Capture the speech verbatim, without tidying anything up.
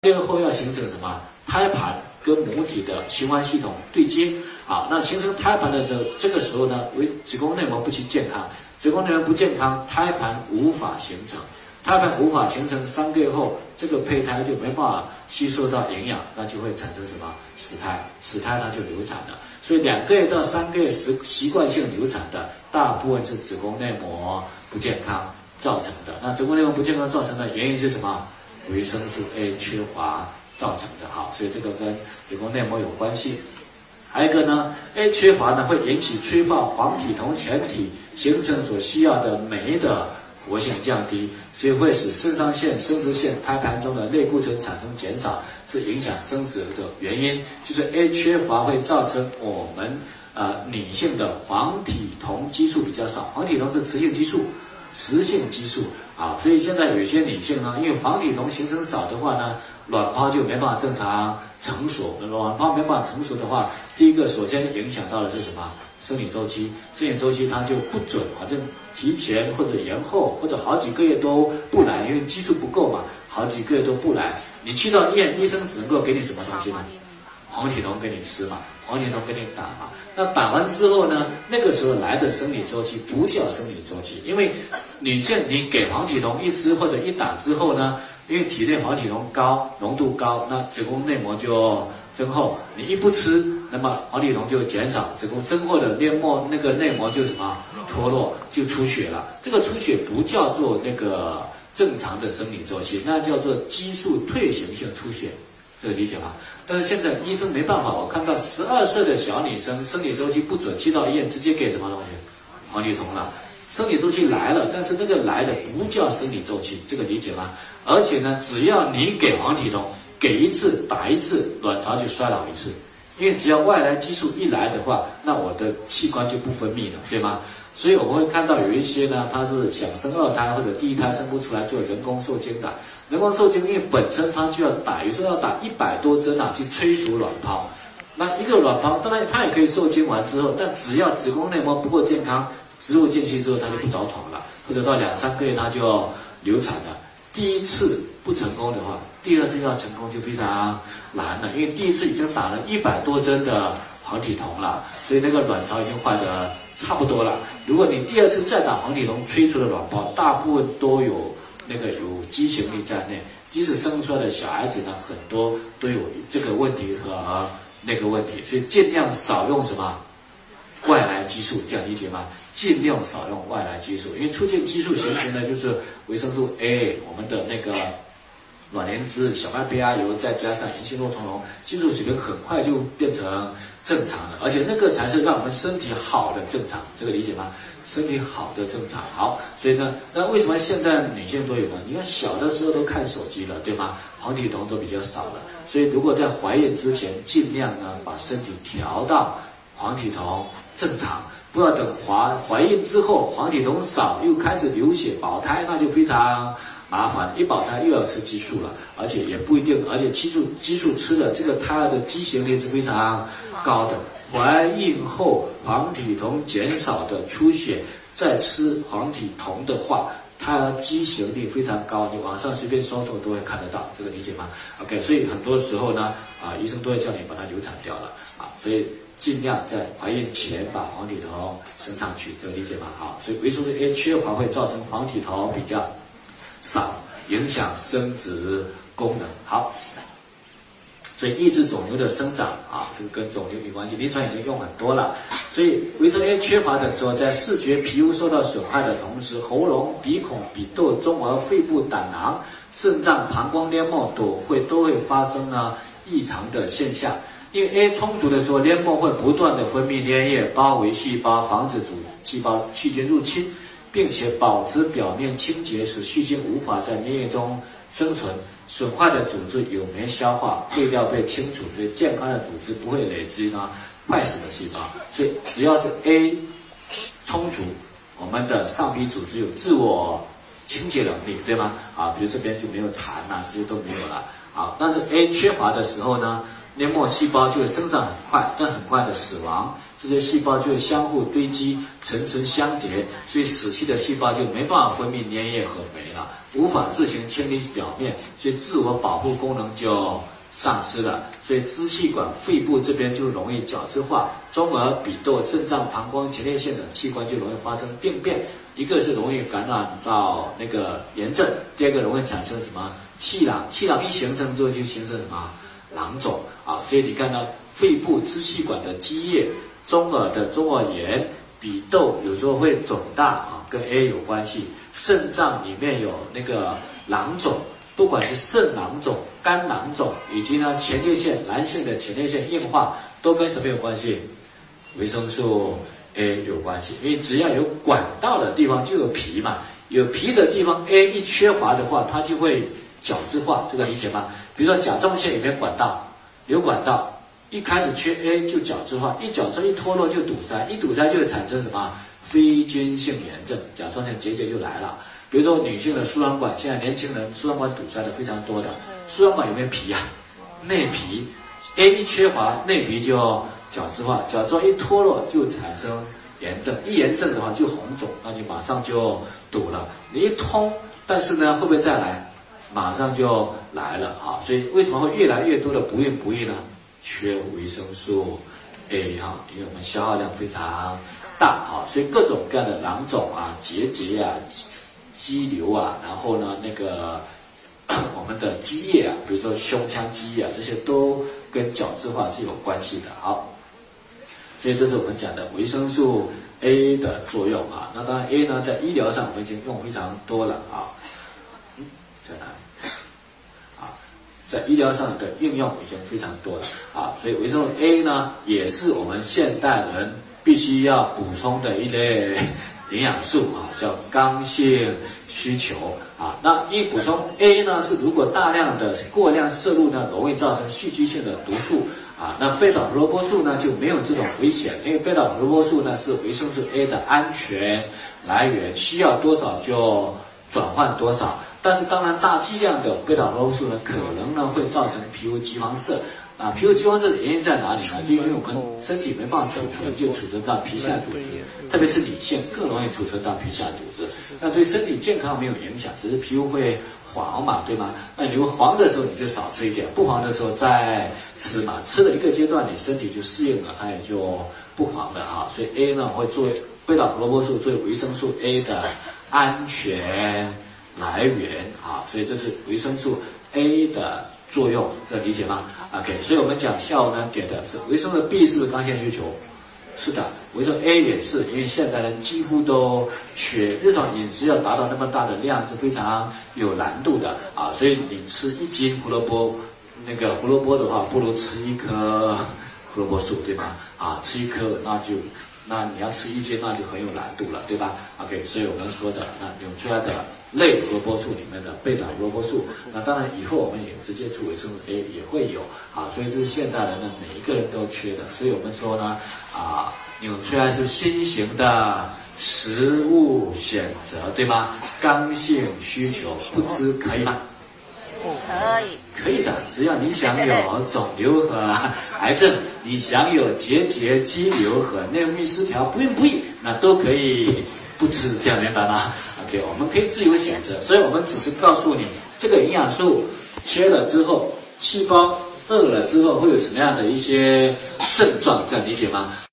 第二后要形成什么？胎盘跟母体的循环系统对接。好，那形成胎盘的时候，这个时候呢，为子宫内膜不去健康，子宫内膜不健康，胎盘无法形成。胎盘无法形成，三个月后，这个胚胎就没办法吸收到营养，那就会产生什么死胎？死胎它就流产了。所以两个月到三个月习习惯性流产的，大部分是子宫内膜不健康造成的。那子宫内膜不健康造成的原因是什么？维生素 A 缺乏造成的。好，所以这个跟子宫内膜有关系。还有一个呢 ，A 缺乏呢会引起催化黄体酮前体形成所需要的酶的活性降低，所以会使肾上腺、生殖腺、胎盘中的类固醇产生减少，是影响生殖的原因。就是 A 缺乏会造成我们呃女性的黄体酮激素比较少，黄体酮是雌性激素，雌性激素啊，所以现在有些女性呢，因为黄体酮形成少的话呢，卵泡就没办法正常成熟。卵泡没办法成熟的话，第一个首先影响到的是什么？生理周期，生理周期它就不准，反正提前或者延后，或者好几个月都不来，因为激素不够嘛，好几个月都不来。你去到医院，医生只能够给你什么东西呢？黄体酮给你吃嘛，黄体酮给你打嘛。那打完之后呢，那个时候来的生理周期不叫生理周期，因为女性你给黄体酮一吃或者一打之后呢，因为体内黄体酮高，浓度高，那子宫内膜就增厚，你一不吃，那么黄体酮就减少，子宫增厚的内膜那个内膜就什么脱落，就出血了。这个出血不叫做那个正常的生理周期，那叫做激素退行性出血，这个理解吗？但是现在医生没办法，我看到十二岁的小女生生理周期不准，去到医院直接给什么东西？黄体酮了。生理周期来了，但是那个来的不叫生理周期，这个理解吗？而且呢，只要你给黄体酮，给一次打一次，卵巢就衰老一次。因为只要外来激素一来的话，那我的器官就不分泌了，对吗？所以我们会看到有一些呢，他是想生二胎或者第一胎生不出来，做人工受精的。人工受精因为本身它就要打，有时候要打一百多针啊，去催熟卵泡。那一个卵泡，当然它也可以受精完之后，但只要子宫内膜不够健康，植入进去之后它就不着床了，或者到两三个月它就流产了。第一次不成功的话，第二次要成功就非常难了，因为第一次已经打了一百多针的黄体酮了，所以那个卵巢已经坏得差不多了。如果你第二次再打黄体酮催出的卵泡，大部分都有那个有畸形力在内，即使生出来的小孩子呢，很多都有这个问题和那个问题，所以尽量少用什么外来激素，这样理解吗？尽量少用外来激素，因为促进激素形成呢，就是维生素 A， 我们的那个卵磷脂、小麦胚芽油，再加上银杏络苁蓉，激素水平很快就变成正常的，而且那个才是让我们身体好的正常，这个理解吗？身体好的正常。好，所以呢，那为什么现在女性都有呢？你看小的时候都看手机了，对吗？黄体酮都比较少了，所以如果在怀孕之前，尽量呢把身体调到黄体酮正常。不要等怀怀孕之后黄体酮少，又开始流血保胎，那就非常麻烦。一保胎又要吃激素了，而且也不一定，而且激素激素吃的这个胎儿的畸形率是非常高的。怀孕后黄体酮减少的出血，再吃黄体酮的话，胎儿畸形率非常高，你网上随便搜搜都会看得到，这个理解吗 ？OK， 所以很多时候呢，啊，医生都会叫你把它流产掉了啊，所以尽量在怀孕前把黄体酮升上去，这个理解吗？好，所以维生素 A 缺乏会造成黄体酮比较少，影响生殖功能。好，所以抑制肿瘤的生长啊，这个跟肿瘤有关系，临床已经用很多了。所以维生素 A 缺乏的时候，在视觉、皮肤受到损害的同时，喉咙、鼻孔、鼻窦、中耳、肺部、胆囊、肾脏、膀胱、黏膜都会都会发生呢异常的现象。因为 A 充足的时候，黏膜会不断的分泌粘液，包围细胞，防止主细胞细菌入侵，并且保持表面清洁，使细菌无法在粘液中生存。损坏的组织有酶消化，废料被清除，所以健康的组织不会累积呢坏死的细胞。所以只要是 A 充足，我们的上皮组织有自我清洁能力，对吗？啊，比如这边就没有痰啊，这些都没有了。啊，但是 A 缺乏的时候呢，黏膜细胞就会生长很快，但很快的死亡， 这些细胞就相互堆积，层层相叠，所以死气的细胞就没办法分泌粘液和酶了，无法自行清理表面，所以自我保护功能就丧失了，所以支气管、肺部这边就容易角质化，中耳、鼻窦、肾脏、膀胱、前列腺等器官就容易发生病变。一个是容易感染到那个炎症，第二个容易产生什么气囊，气囊一形成之后就形成什么囊肿啊，所以你看到肺部支气管的积液，中耳的中耳炎，鼻窦有时候会肿大啊，跟 A 有关系，肾脏里面有那个囊肿，不管是肾囊肿、肝囊肿，以及呢前列腺男性的前列腺硬化，都跟什么有关系？维生素 A 有关系，因为只要有管道的地方就有皮嘛，有皮的地方 A 一缺乏的话，它就会角质化，这个理解吗？比如说甲状腺里面管道有管道，一开始缺 A 就角质化，一角质一脱落就堵塞，一堵塞就会产生什么非菌性炎症，甲状腺结节就来了。比如说女性的输卵管，现在年轻人输卵管堵塞的非常多的，输卵管有没有皮啊？内皮 A 一缺乏，内皮就角质化，角质化一脱落就产生炎症，一炎症的话就红肿，那就马上就堵了。你一通，但是呢会不会再来？马上就来了啊！所以为什么会越来越多的不孕不育呢？缺维生素 A 哈，因为我们消耗量非常大啊，所以各种各样的囊肿啊、结节啊、肌瘤啊，然后呢那个我们的积液啊，比如说胸腔积液啊，这些都跟角质化是有关系的。好，所以这是我们讲的维生素 A 的作用啊。那当然 A 呢，在医疗上我们已经用非常多了啊。嗯，在哪里？在医疗上的应用已经非常多了啊，所以维生素 A 呢，也是我们现代人必须要补充的一类营养素啊，叫刚性需求啊。那一补充 A 呢，是如果大量的过量摄入呢，容易造成戏剧性的毒素啊。那贝塔胡萝卜素呢就没有这种危险，因为贝塔胡萝卜素呢是维生素 A 的安全来源，需要多少就转换多少。但是当然大剂量的贝塔胡萝卜素呢，可能呢会造成皮肤肌黄色啊。皮肤肌黄色的原因在哪里呢？就因为我们身体没办法储存，就储存到皮下组织，特别是女性更容易储存到皮下组织。那对身体健康没有影响，只是皮肤会黄嘛，对吗？那你黄的时候你就少吃一点，不黄的时候再吃嘛。吃了一个阶段，你身体就适应了，它也就不黄了啊。所以 A 呢会作为贝塔胡萝卜素作为维生素 A 的安全来源啊，所以这是维生素 A 的作用，这理解吗 ？OK， 所以我们讲下午呢给的是维生素 B 是不是刚性需求？是的，维生素 A 也是，因为现代人几乎都缺，日常饮食要达到那么大的量是非常有难度的啊，所以你吃一斤胡萝卜，那个胡萝卜的话，不如吃一颗胡萝卜素，对吧？啊，吃一颗那就。那你要吃一斤，那就很有难度了，对吧 ？OK， 所以我们说的那纽崔莱的类胡萝卜素里面的贝塔胡萝卜素，那当然以后我们也直接出维生素 A 也会有啊，所以这是现代人呢每一个人都缺的，所以我们说呢啊，纽崔莱是新型的食物选择，对吗？刚性需求，不吃可以吗？ 可以， 可以的，只要你想有肿瘤和癌症，你想有结节、肌瘤和内分泌失调、不孕不育，那都可以不吃，这样明白吗 ？OK， 我们可以自由选择，所以我们只是告诉你，这个营养素缺了之后，细胞饿了之后会有什么样的一些症状，这样理解吗？